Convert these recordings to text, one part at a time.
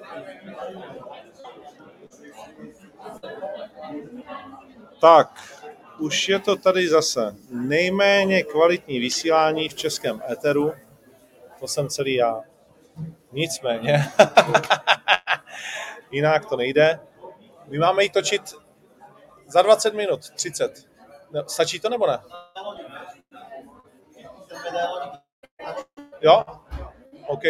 Tak, už je to tady zase. Nejméně kvalitní vysílání v českém éteru. To jsem celý já. Nicméně, jinak to nejde. My máme jít točit za 20 minut, 30. No, stačí to nebo ne? Jo? OK.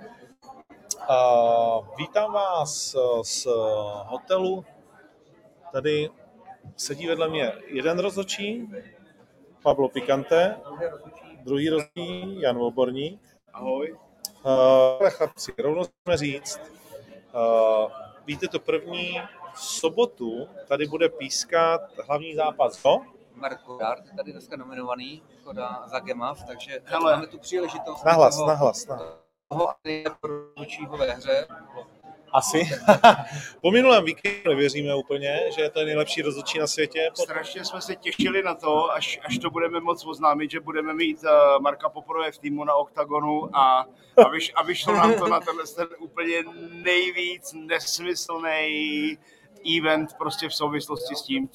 Vítám vás z hotelu. Tady sedí vedle mě jeden rozhodčí, Pablo Pikante, druhý rozhodčí, Jan Voborník. Ahoj. Chlapci, rovnou jsme říct, víte to první sobotu, tady bude pískat hlavní zápas, no? Mark Goddard je tady dneska nominovaný za Gemav, takže hele, máme tu příležitost Nahlas. toho rozhodčího ve hře. Asi. Po minulém víkendu nevěříme úplně, že je to nejlepší rozhodčí na světě. Strašně jsme se těšili na to, až to budeme moc oznámit, že budeme mít Marka poprvé v týmu na OKTAGONu a vyšlo nám to na ten úplně nejvíc nesmyslný event prostě v souvislosti s tím,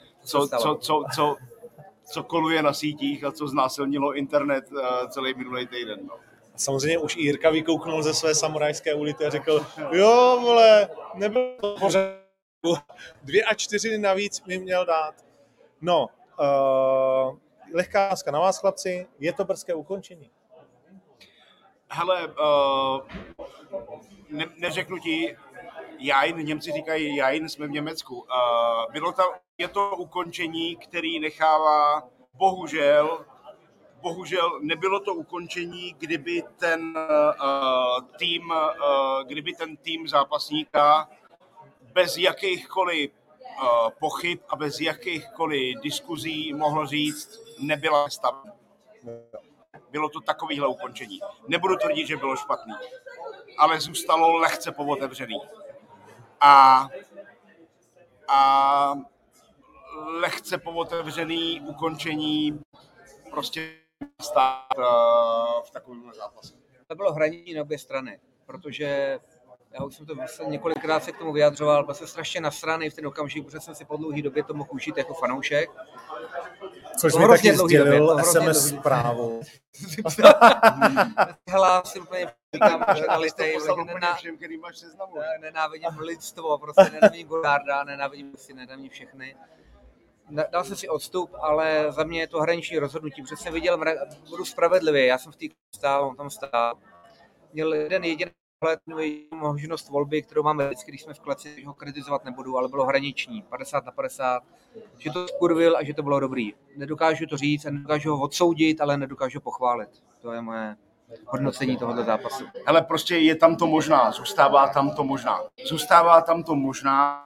co koluje na sítích a co znásilnilo internet celý minulý týden. No. Samozřejmě už i Jirka vykouknul ze své samurajské ulity a řekl, jo, vole, nebylo to pořádku. 2 a 4 navíc mi měl dát. No, lehká láska na vás, chlapci, je to brzké ukončení? Hele, neřeknu ti, Němci říkají jajn, jsme v Německu. Je to ukončení, který nechává, bohužel nebylo to ukončení, kdyby ten tým zápasníka bez jakýchkoliv pochyb a bez jakýchkoliv diskuzí mohl říct, nebyla stavna. Bylo to takovýhle ukončení. Nebudu tvrdit, že bylo špatný, ale zůstalo lehce pootevřený. A lehce pootevřený ukončení prostě stát v takovém zápase. To bylo hraní na obě strany, protože já už jsem to několikrát se k tomu vyjadřoval, byl jsem strašně nasraný v ten okamžik, protože jsem si po dlouhé době to mohl užít jako fanoušek. Což mi taky sdělil SMS zprávu. Hlásím úplně říkám, že nalitej, nenávidím lidstvo, prostě nenávidím Goddarda, nenávidím všechny. Dal jsem si odstup, ale za mě je to hraniční rozhodnutí, protože jsem viděl, budu spravedlivý, já jsem v té stál, on tam stál. Měl jeden jediný možnost volby, kterou máme vždycky, když jsme v kleci, že ho kritizovat nebudu, ale bylo hraniční, 50/50, že to skurvil a že to bylo dobrý. Nedokážu to říct a nedokážu ho odsoudit, ale nedokážu ho pochválit. To je moje hodnocení tohoto zápasu. Ale prostě je tam to možná, zůstává tam to možná.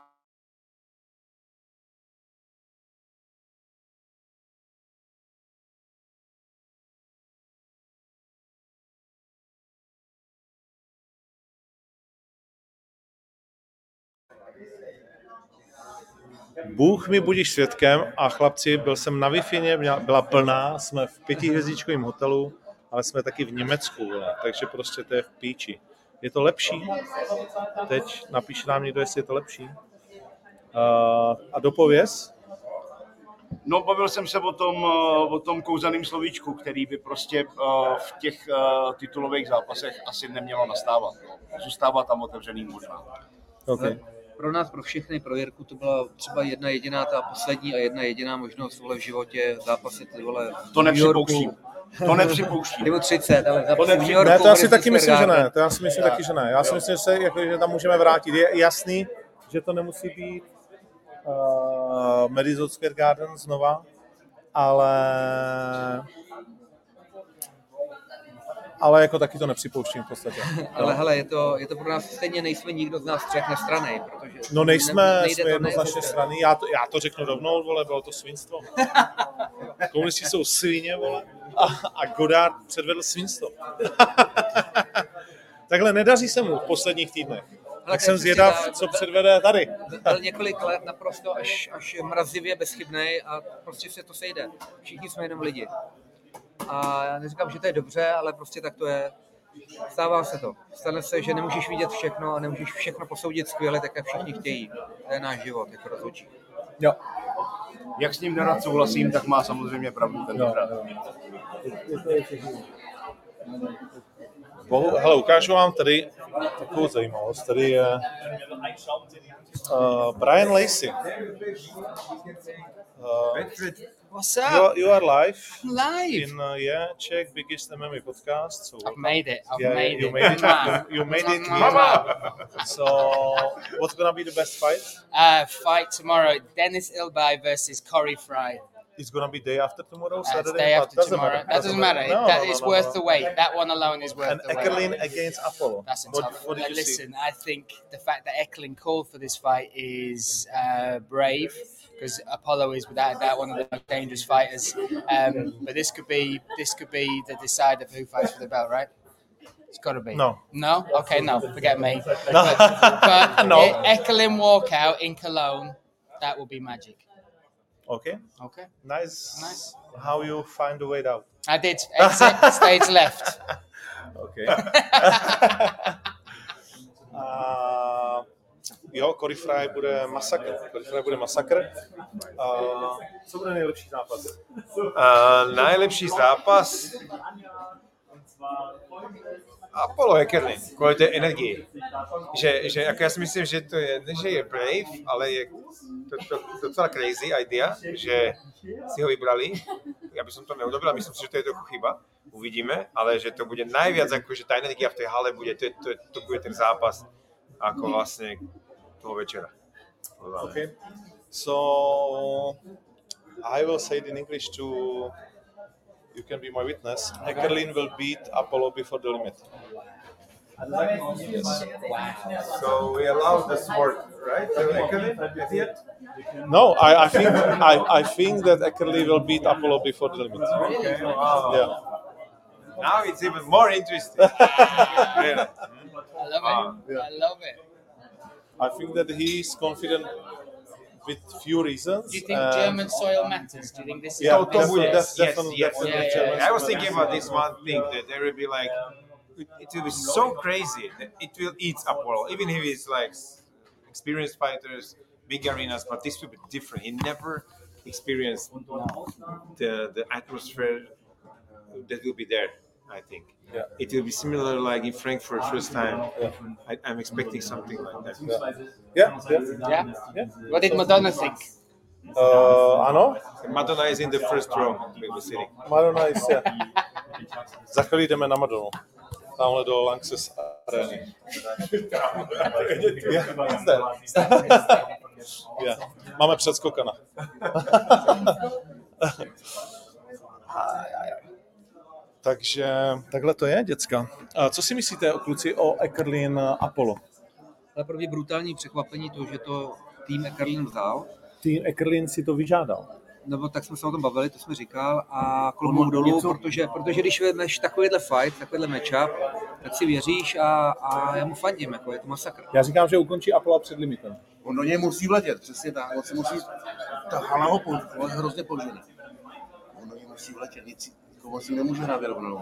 Bůh mi budíš svědkem a chlapci, byl jsem na Wi-Fi, byla plná, jsme v 5hvězdičkovém hotelu, ale jsme taky v Německu, takže prostě to je v píči. Je to lepší? Teď napíše nám někdo, jestli je to lepší. A dopověz? No, bavil jsem se o tom kouzelném slovíčku, který by prostě v těch titulových zápasech asi nemělo nastávat. No. Zůstává tam otevřený možná. Okay. Pro nás, pro všechny, pro Jirku to byla třeba jedna jediná ta poslední a jedna jediná možnost v životě zápasit To nepřipouštím. Nebo 30, ale zápasit v New Yorku. Ne, to já si taky myslím, že ne. Já si myslím, že tam můžeme vrátit. Je jasný, že to nemusí být Madison Square Garden znova, ale jako taky to nepřipouštím v podstatě. Ale hele, je to pro nás stejně, nejsme nikdo z nás třech nestranej, protože... No nejsme, jsme jednoznačně strany, já to řeknu rovnou, vole, bylo to svinstvo. Komunisti jsou svině, vole, a Goddard předvedl svinstvo. Takhle nedaří se mu v posledních týdnech. Tak jsem zvědav, co předvede tady. Byl několik let naprosto až mrazivě bezchybnej a prostě se to sejde. Všichni jsme jenom lidi. A já neříkám, že to je dobře, ale prostě tak to je. Stává se to. Stane se, že nemůžeš vidět všechno a nemůžeš všechno posoudit skvěle, tak jak všichni chtějí. To je náš život, jako rozhodčí. Jo. Jak s ním nerad souhlasím, tak má samozřejmě pravdu tentokrát. Hele, ukážu vám tady takovou zajímavost. Tady je Brian Lacey. What's up? You are live. Live. In Czech biggest MMA podcast. So I've made it. I've yeah, made you it. made it. Mwah. You made it. Mwah. So what's gonna be the best fight? Fight tomorrow. Dennis Ilbai versus Corey Fry. It's gonna be day after tomorrow, It's Saturday. day after Doesn't tomorrow. matter. That doesn't matter. No, That no, is no, worth no. the wait. That one alone is worth And the wait. Eckerlin against Apollo. That's a What tough. did you see? Listen, I think the fact that Eckerlin called for this fight is brave, because Apollo is without a doubt one of the most dangerous fighters. But this could be the decider for who fights for the belt, right? It's got to be. No. No? Okay, no. Forget me. No. But No. Eckerlin walkout in Cologne, that will be magic. Okay. Okay. Nice. How you find a way out? I did. Exit, stage left. Okay. Jo, Corey Fry bude masakr. Co bude nejlepší zápas? Najlepší zápas Apollo Eckerlin, kvůli té energii. Že jako já si myslím, že to je, ne že je brave, ale je to docela crazy idea, že si ho vybrali. Já bych to neurobil, myslím si, že to je trochu chyba. Uvidíme, ale že to bude najviac, jako že ta energia v té hale bude, to bude ten zápas jako vlastně toho večera. Okay. So I will say it in English to you can be my witness. Eckerlin will beat Apollo before the limit. So we allow the sport, right? So Eckerlin at the end? No, I think that Eckerlin will beat Apollo before the limit. Okay, wow. Yeah. Now it's even more interesting. Really. I love it. I think that he's confident with few reasons. Do you think German soil matters? Do you think this is Yeah, a big definitely. Yes. German I was soil. thinking about this one thing that there will be like, it will be so crazy that it will eat Apollo, even if it's like experienced fighters, big arenas, but this will be different. He never experienced the atmosphere that will be there, I think. Yeah. It will be similar like in Frankfurt first time. I'm expecting something like that. Yeah. Yeah? What did Madonna think? Ano, Madonna is in the first row with the city. Madonna jistě. Za chvíli jdeme na Madonu. Tamhle do Lanxess Areny. Yeah. Máme předskokana. Takže takhle to je, děcka. A co si myslíte, kluci, o Eckerlin Apollo? Ale pro mě brutální překvapení to, že to tým Eckerlin vzal. Tým Eckerlin si to vyžádal. Nebo tak jsme se o tom bavili, to jsme říkal, a klobouk dolů, protože když vezmeš takovýhle fight, takovýhle matchup, tak si věříš a já mu fandím, jako je to masakr. Já říkám, že ukončí Apollo před limitem. On do něj musí vletět, přesně tak. On se musí, ta hala ho hrozně požene. On do něj musí vletět, nic, on si nemůže hrát vyrovnanou.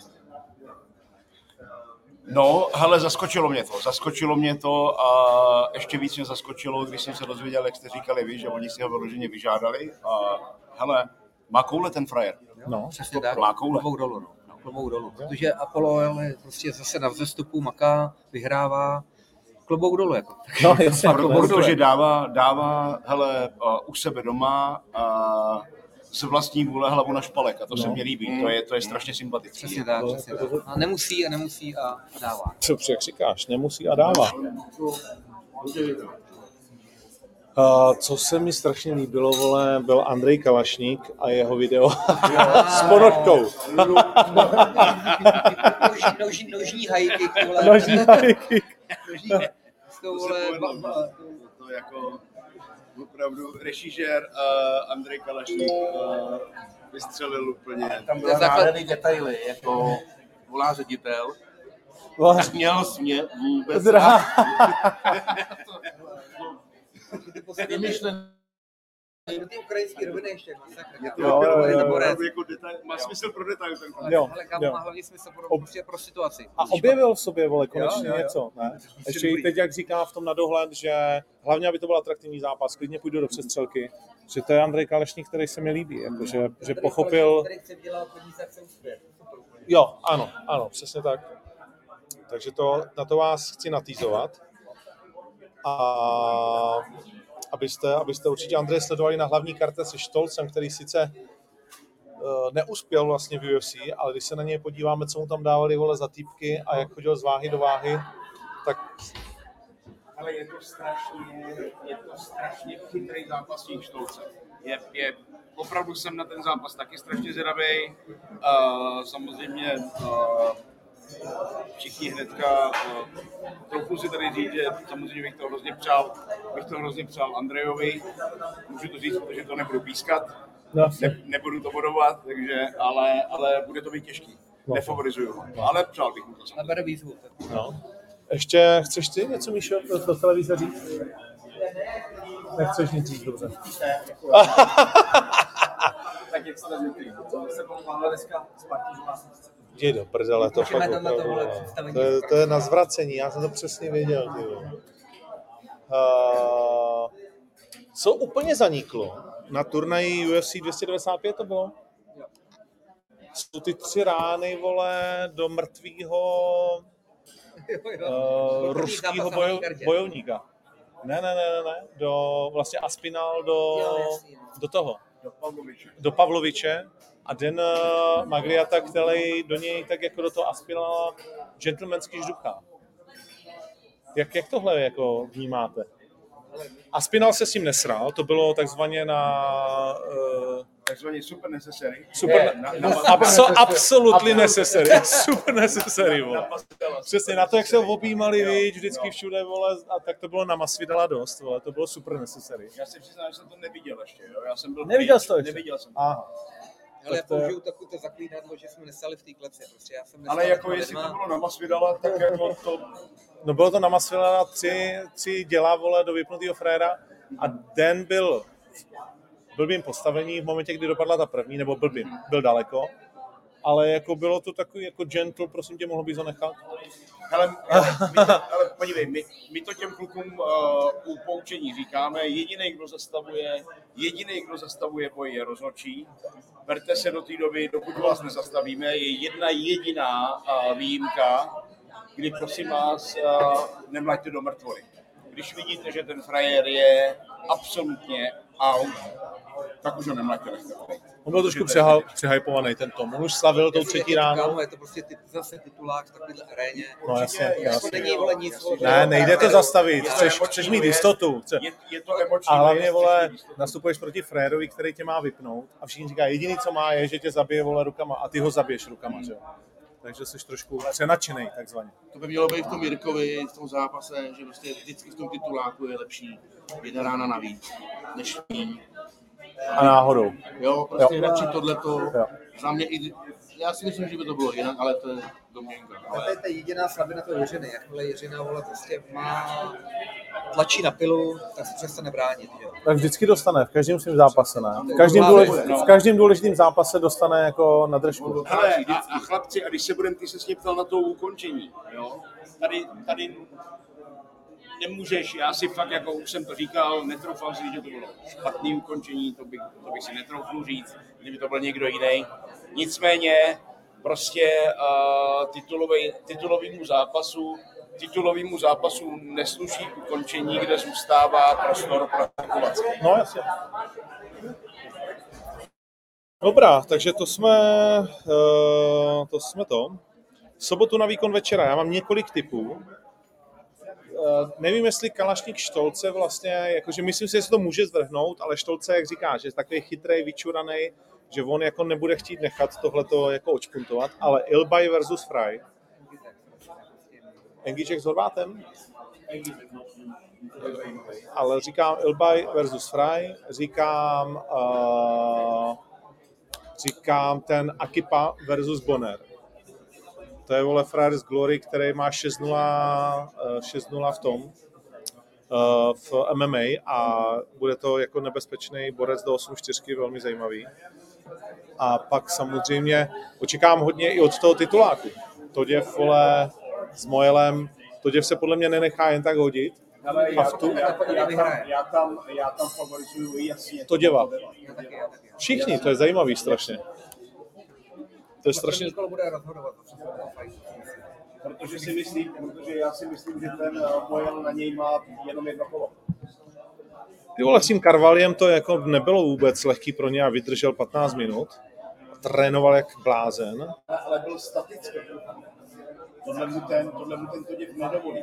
No, hele, zaskočilo mě to a ještě víc mě zaskočilo, když jsem se dozvěděl, jak jste říkali vy, že oni si ho vyloženě vyžádali a hele, má koule ten frajer. No, Přesně tak, Má koule. klobouk dolů, no. Klobouk dolů. Protože Apollo je prostě zase na vzestupu, maká, vyhrává, klobouk dolů, jako. no jasně, Protože dává hele, u sebe doma z vlastní vůle hlavu na špalek a to se mně líbí, to je strašně sympatické. Přesně tak. A nemusí a dává. Co jak říkáš, nemusí a dává. Co se mi strašně líbilo, vole, byl Andrej Kalašník a jeho video s ponožkou. Nožní hajky, vole. Nožní hajky. To jako opravdu režisér Andrej Kalašník vystřelil úplně. Tam byly nádherný detaily, jako volá ředitel. Směl mě vůbec. Vymyšlený Do té ukrajinské roviny ještě. Má smysl pro detail ten klub. Jo, Ale kam jo. má hlavně smysl pro situaci. A objevil v sobě, vole, konečně Jo. něco, ne? Ještě i teď, jak říká v tom na dohled, že hlavně, aby to byl atraktivní zápas, klidně půjdu do přestřelky, že to je Andrej Kalešník, který se mi líbí, jako, že pochopil... Který chce dělat peníze, chce uspět. Jo, ano, přesně tak. Takže na to vás chci natýzovat. A abyste určitě Andreje sledovali na hlavní karte se Štolcem, který sice neuspěl vlastně v UFC, ale když se na něj podíváme, co mu tam dávali, vole, za týpky a jak chodil z váhy do váhy, tak... Ale je to strašně chytrý zápasník Štolce. Opravdu jsem na ten zápas taky strašně zvědavý. Samozřejmě všichni hnedka, trochu si tady říct, že samozřejmě bych to hrozně přál Andrejovi. Můžu to říct, protože to nebudu pískat, nebudu to bodovat, takže, ale bude to být těžký. Nefavorizuju ho, ale přál bych mu to. A bere výzvu. No. Ještě chceš ty něco, Míšo, do televize říct? Nechceš nic říct, dobře. Tak jak jste zvyklí, to se pomáhá dneska Spartu, že vás Jdi do prdele, to fakt opravdu, to je na zvracení, já jsem to přesně věděl. Co úplně zaniklo? Na turnaji UFC 295 to bylo? Jsou ty 3 rány, vole, do mrtvýho ruského bojovníka. Ne, vlastně Aspinal do toho. Do Pavloviče. A Den Magliata, který do něj tak jako do toho Aspinala gentlemansky žduchá. Jak tohle jako vnímáte? Aspinal se s tím nesral, to bylo takzvaně Takzvaně super necessary. Absolutely necessary. Super necessary, vole. Přesně na to, jak se objímali, víš, vždycky všude, vole, a tak to bylo na Masvidala dost, vole, to bylo super necessary. Já si přiznám, že jsem to neviděl ještě, jo. Já jsem byl Neviděl jsi to ještě? Neviděl jsem. Aha. Ale já použiju takové to zaklínadlo, že jsme nestali v té kleci. Prostě já jsem ale jako jestli to bylo na Masvidala, tak jako to... No bylo to na Masvidala 3 děla, vole, do vypnutého fréra a Den byl blbým postavení v momentě, kdy dopadla ta první, nebo byl daleko, ale jako bylo to takový jako gentle, prosím tě, mohl bys ho nechat? Ale podívej, my to těm klukům u poučení říkáme, jediný, kdo zastavuje boj, je rozhodčí. Berte se do té doby, dokud vás nezastavíme, je jedna jediná výjimka, kdy prosím vás nemlaďte do mrtvoly. Když vidíte, že ten frajer je absolutně out, tak už ho nemlaďte. On byl trošku přehypovaný ten Tom. On už slavil tou 3. ráno. Je to prostě zase titulák v takovéhle aréně. No jasně. Není, vole, nic. Ne, nejde to zastavit. Chceš mít jistotu. Je to emoční. A hlavně, vole, nastupuješ proti frérovi, který tě má vypnout. A všichni říkají, jediný, co má, je, že tě zabije, vole, rukama. A ty ho zabiješ rukama, že jo. Takže jsi trošku přenačenej, takzvaně. To by mělo být v tom Jirkovi, v tom zápase, že prostě vždycky v tom tituláku je lepší 1 rána navíc, než míň. A náhodou. Jo, prostě radši tohleto. Za mě i, já si myslím, že by to bylo jinak, ale to je domněnka. Ale to je ta jediná slabina toho Jiřiny. Jakmile Jiřina, vole, prostě tlačí na pilu, tak se přestane bránit. Jo. Tak vždycky dostane, v každém svém zápase, ne? V každém důležitém zápase dostane jako na držku. Hele, a chlapci, a když se budeme, ty se s ním ptal na to ukončení, jo? Tady nemůžeš, já si fakt, jako už jsem to říkal, netroufám si říct, že to bylo špatný ukončení, to bych si netroufl říct, kdyby to byl někdo jiný. Nicméně, prostě titulovému zápasu nesluší ukončení, kde zůstává prostor pro kalkulaci. No jasně. Dobrá, takže to jsme to. V sobotu na výkon večera, já mám několik tipů. Nevím, jestli Kalašník Štolce vlastně, jakože myslím si, že se to může zvrhnout, ale Štolce, jak říkáš, je takový chytrý, vyčuranej, že on jako nebude chtít nechat tohleto jako očpuntovat, ale Ilbay versus Fry. Engíček s Horvátem? Ale říkám Ilbay versus Fry, říkám ten Akipa versus Bonner. To je, vole, frajer z Glory, který má 6-0 v tom. v MMA a bude to jako nebezpečný borec do 8-4, velmi zajímavý. A pak samozřejmě očekávám hodně i od toho tituláku. Toděv, vole, s Mojelem, Toděv se podle mě nenechá jen tak hodit. Ale já tam favorizuju jasně. Toděva. Všichni, to je zajímavý strašně. To je strašně... Protože já si myslím, že ten Mojel na něj má jenom jedno kolo. Ty vole, s tím Carvalhem to jako nebylo vůbec lehký pro ně a vydržel 15 minut. Trénoval jak blázen. Ale byl statický. Tohle mu ten Toděv nedovolí.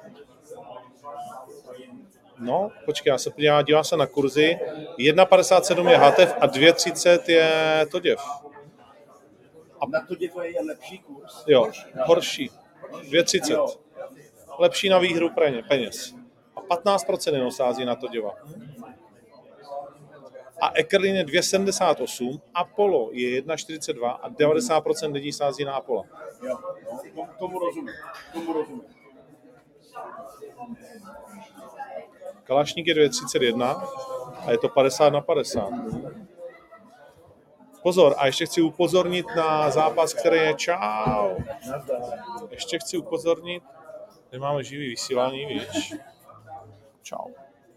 No, počkej, já se podívám, dívám se na kurzy. 1,57 je Hatev a 2,30 je Toděv. A na Toděva je lepší kurz? Jo, horší. 2,30. Lepší na výhru peněz. A 15% jenom sází na Toděva. A Eckerlin je 2,78, Apollo je 1,42 a 90% lidí sází na Apollo. Jo, tomu rozumím. Kalašník je 2,31 a je to 50/50. Pozor, a ještě chci upozornit na zápas, který je čau. Ještě chci upozornit, že máme živý vysílání, víš. Čau.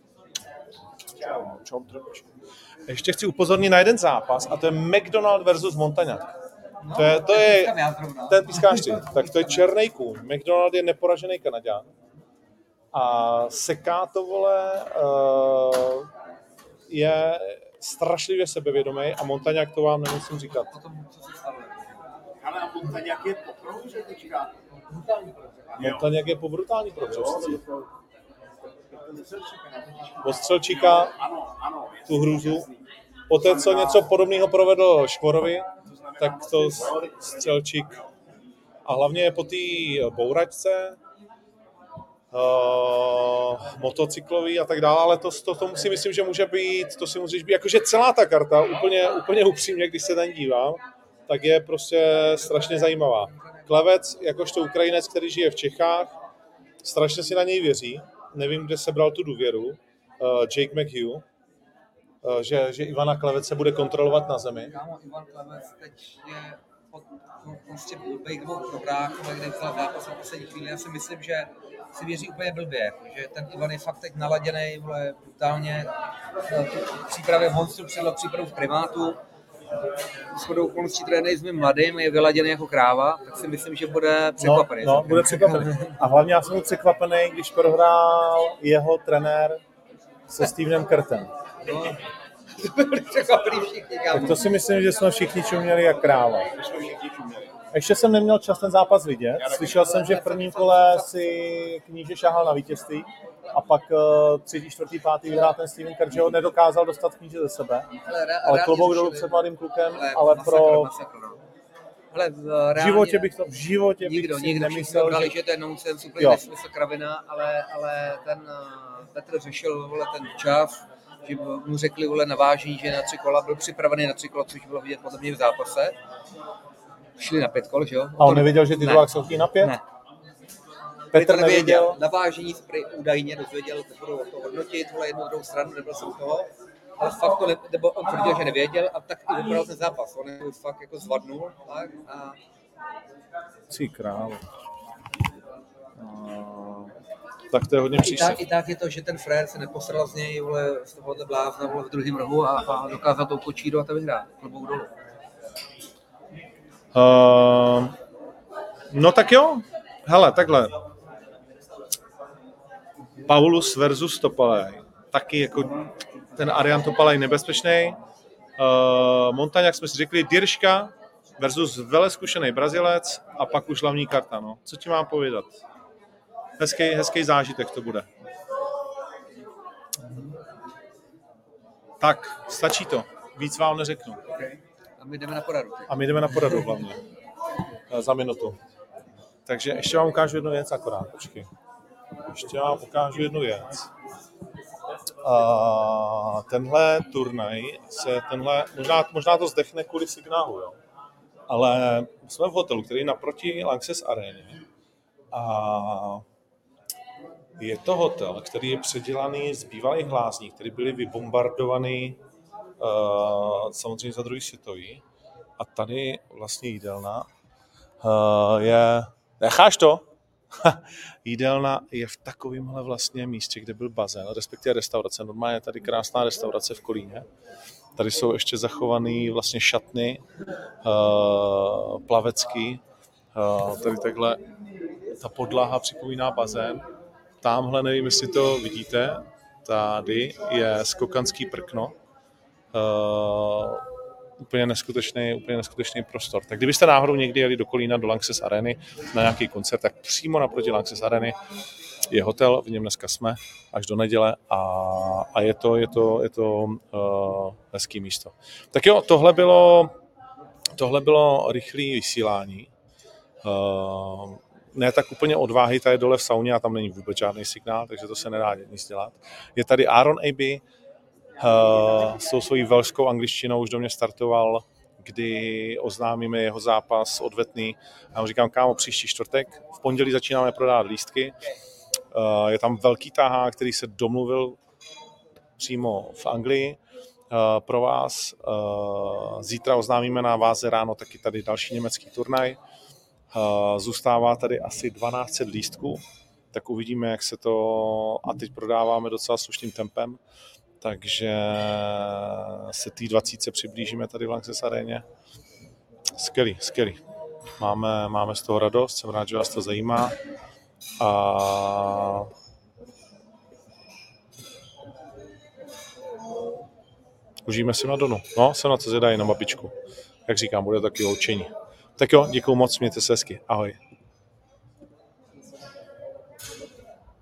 Čau. Ještě chci upozornit na jeden zápas a to je McDonald versus Montagnac. To je ten pískáš ty. Tak to je černý kůň. McDonald je neporažený Kanaďan. A seká to, vole, je strašlivě sebevědomý a Montagnac to vám nemusím říkat. Ale Montagnac je po prohře teďka. Montagnac je po brutální prohřešci. Od Střelčíka tu hruzu. Poté, co něco podobného provedl Škvorovi, tak to Střelčík. A hlavně je po té bouračce, motocyklový a tak dále, ale to si myslím, že může být, to si musíš být, jakože celá ta karta, úplně upřímně, když se na ní dívám, tak je prostě strašně zajímavá. Klevec, jakožto Ukrajinec, který žije v Čechách, strašně si na něj věří, nevím, kde se bral tu důvěru, Jake McHugh, že Ivana Klevec se bude kontrolovat na zemi. Kámo, Ivan Klevec teď je pod prostě blbých dvou prohrách, kde vzal zápas na poslední chvíli. Já si myslím, že si věří úplně blbě, že ten Ivan je fakt teď naladěnej, vole, brutálně v přípravě v Monstru předal přípravu v Primátu. Shodou okolností trénuje s mým mladým, je vyladěný jako kráva, tak si myslím, že bude překvapený. No, bude překvapený. A hlavně já jsem byl překvapený, když prohrál jeho trenér se Stevenem Kurtem. No, byli překvapený všichni, kámo. Tak to si myslím, že jsme všichni čuměli jak kráva. Ještě jsem neměl čas ten zápas vidět. Slyšel jsem, že v prvním kole si Kníže šáhal na vítězství a pak 3., 4., 5. vyhrál ten Steven Kurd, že ho nedokázal dostat Kníže ze sebe. Ale klobouk dolů před mladým klukem, ale pro... Hele, v životě bych nikdo nemyslel, brali, že to je nonsense, úplně nesmysl kravina, ale ten Petr řešil, vole, ten čas, že mu řekli, vole, na vážení, že na 3 kola, byl připravený na 3 kola, což bylo vidět podle mě v zápase. Šli na 5 kol, že jo? A on nevěděl, že titulák se hodí na 5? Ne. Petr nevěděl. Na vážení se údajně dozvěděl, teprve to hodnotit, vole, jednu druhou stranu, nebyl jsem toho. Ale fakt to nebo on tvrdil, že nevěděl a tak i vypadal ten zápas. On je fakt jako zvadnul. Tak, a... Cí král. Tak to je hodně přísně. I tak je to, že ten frér se neposral z něj, vole, z tohohle blázna, vole, v druhém rohu a dokázal to kočíru a to vyhrát. Klobouk dolů. No tak jo. Hele, takhle. Paulus versus Topalej. Taky jako ten Arian Topalej nebezpečný. Montagnac, jak jsme si řekli, Dirška versus veleskušený Brazilec a pak už hlavní karta. No. Co ti mám povědat? Hezký zážitek to bude. Tak, stačí to. Víc vám neřeknu. Okay. A my jdeme na poradu. A my jdeme na poradu hlavně. Za minutu. Takže ještě vám ukážu jednu věc akorát. Počkej. Ještě vám ukážu jednu věc. Tenhle turnaj možná to zdechne kvůli signálu, jo. Ale jsme v hotelu, který je naproti Lanxess aréně. A Je to hotel, který je předělaný z bývalých lázní, které byly vybombardovaný samozřejmě za druhý světový. A tady vlastně jídelna je... Necháš to? Jídelna je v takovémhle vlastně místě, kde byl bazén, respektive restaurace. Normálně je tady krásná restaurace v Kolíně. Tady jsou ještě zachované vlastně šatny plavecký. Tady takhle ta podlaha připomíná bazén. Tamhle, nevím, jestli to vidíte, tady je skokanský prkno. Úplně neskutečný prostor. Tak kdybyste náhodou někdy jeli do Kolína, do Lanxess Areny na nějaký koncert, tak přímo naproti Lanxess Areny je hotel, v něm dneska jsme až do neděle a je to hezký místo. Tak jo, tohle bylo rychlé vysílání. Ne tak úplně odváhy, ta je dole v sauně a tam není vůbec žádný signál, takže to se nedá nic dělat. Je tady Aaron Abbey, s tou svojí velskou angličtinou už do mě startoval, kdy oznámíme jeho zápas odvetný. Já mu říkám, kámo, příští čtvrtek, v pondělí začínáme prodávat lístky. Je tam velký tahák, který se domluvil přímo v Anglii pro vás. Zítra oznámíme na váze ráno taky tady další německý turnaj. Zůstává tady asi 1200 lístků, tak uvidíme, jak se to... A teď prodáváme docela slušným tempem, takže se té 20 přiblížíme tady v Lanxess Aréně. Skvělý. Máme z toho radost, jsem rád, že vás to zajímá. A užijeme si Madonu. No, jsem na to zvědavý, na babičku. Jak říkám, bude taky loučení. Tak jo, děkuju moc, mějte se hezky. Ahoj.